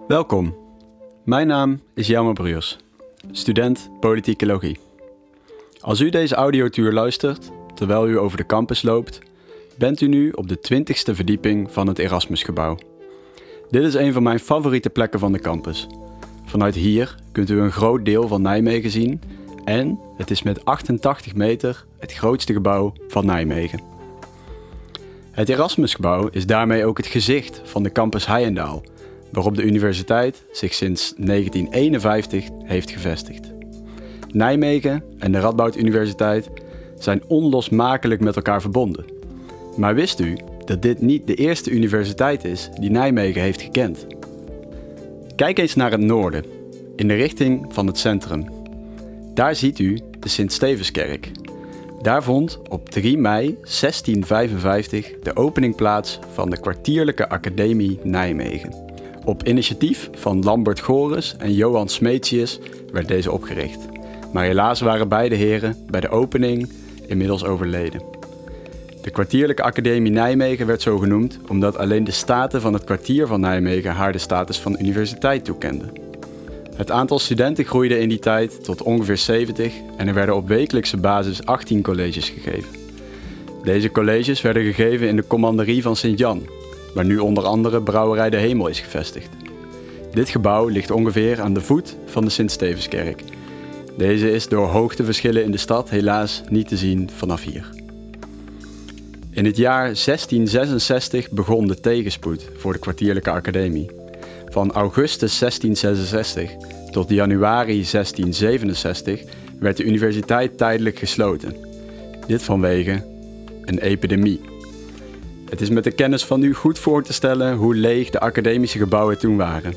Welkom, mijn naam is Jelmer Bruurs, student politicologie. Als u deze audiotour luistert, terwijl u over de campus loopt, bent u nu op de 20e verdieping van het Erasmusgebouw. Dit is een van mijn favoriete plekken van de campus. Vanuit hier kunt u een groot deel van Nijmegen zien en het is met 88 meter het grootste gebouw van Nijmegen. Het Erasmusgebouw is daarmee ook het gezicht van de campus Heyendaal, waarop de universiteit zich sinds 1951 heeft gevestigd. Nijmegen en de Radboud Universiteit zijn onlosmakelijk met elkaar verbonden. Maar wist u dat dit niet de eerste universiteit is die Nijmegen heeft gekend? Kijk eens naar het noorden, in de richting van het centrum. Daar ziet u de Sint-Stevenskerk. Daar vond op 3 mei 1655 de opening plaats van de Kwartierlijke Academie Nijmegen. Op initiatief van Lambert Goris en Johan Smeetius werd deze opgericht. Maar helaas waren beide heren bij de opening inmiddels overleden. De Kwartierlijke Academie Nijmegen werd zo genoemd omdat alleen de staten van het kwartier van Nijmegen haar de status van universiteit toekenden. Het aantal studenten groeide in die tijd tot ongeveer 70 en er werden op wekelijkse basis 18 colleges gegeven. Deze colleges werden gegeven in de commanderie van Sint-Jan, waar nu onder andere Brouwerij de Hemel is gevestigd. Dit gebouw ligt ongeveer aan de voet van de Sint-Stevenskerk. Deze is door hoogteverschillen in de stad helaas niet te zien vanaf hier. In het jaar 1666 begon de tegenspoed voor de Kwartierlijke Academie. Van augustus 1666 tot januari 1667 werd de universiteit tijdelijk gesloten. Dit vanwege een epidemie. Het is met de kennis van u goed voor te stellen hoe leeg de academische gebouwen toen waren.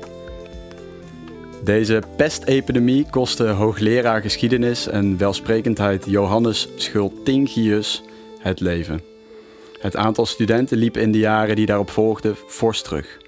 Deze pestepidemie kostte hoogleraar geschiedenis en welsprekendheid Johannes Schultingius het leven. Het aantal studenten liep in de jaren die daarop volgden fors terug.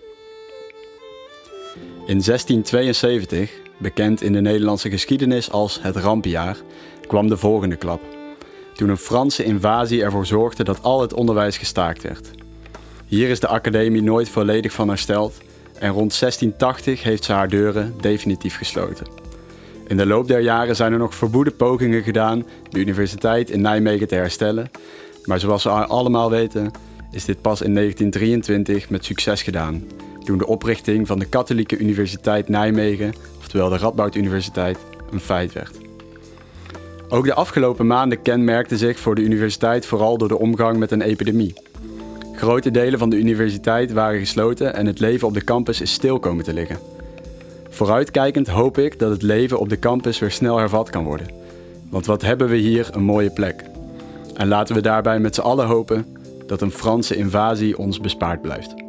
In 1672, bekend in de Nederlandse geschiedenis als het rampjaar, kwam de volgende klap. Toen een Franse invasie ervoor zorgde dat al het onderwijs gestaakt werd. Hier is de academie nooit volledig van hersteld en rond 1680 heeft ze haar deuren definitief gesloten. In de loop der jaren zijn er nog verwoede pogingen gedaan de universiteit in Nijmegen te herstellen, maar zoals we allemaal weten is dit pas in 1923 met succes gedaan, toen de oprichting van de Katholieke Universiteit Nijmegen, oftewel de Radboud Universiteit, een feit werd. Ook de afgelopen maanden kenmerkten zich voor de universiteit vooral door de omgang met een epidemie. Grote delen van de universiteit waren gesloten en het leven op de campus is stil komen te liggen. Vooruitkijkend hoop ik dat het leven op de campus weer snel hervat kan worden. Want wat hebben we hier een mooie plek. En laten we daarbij met z'n allen hopen dat een Franse invasie ons bespaard blijft.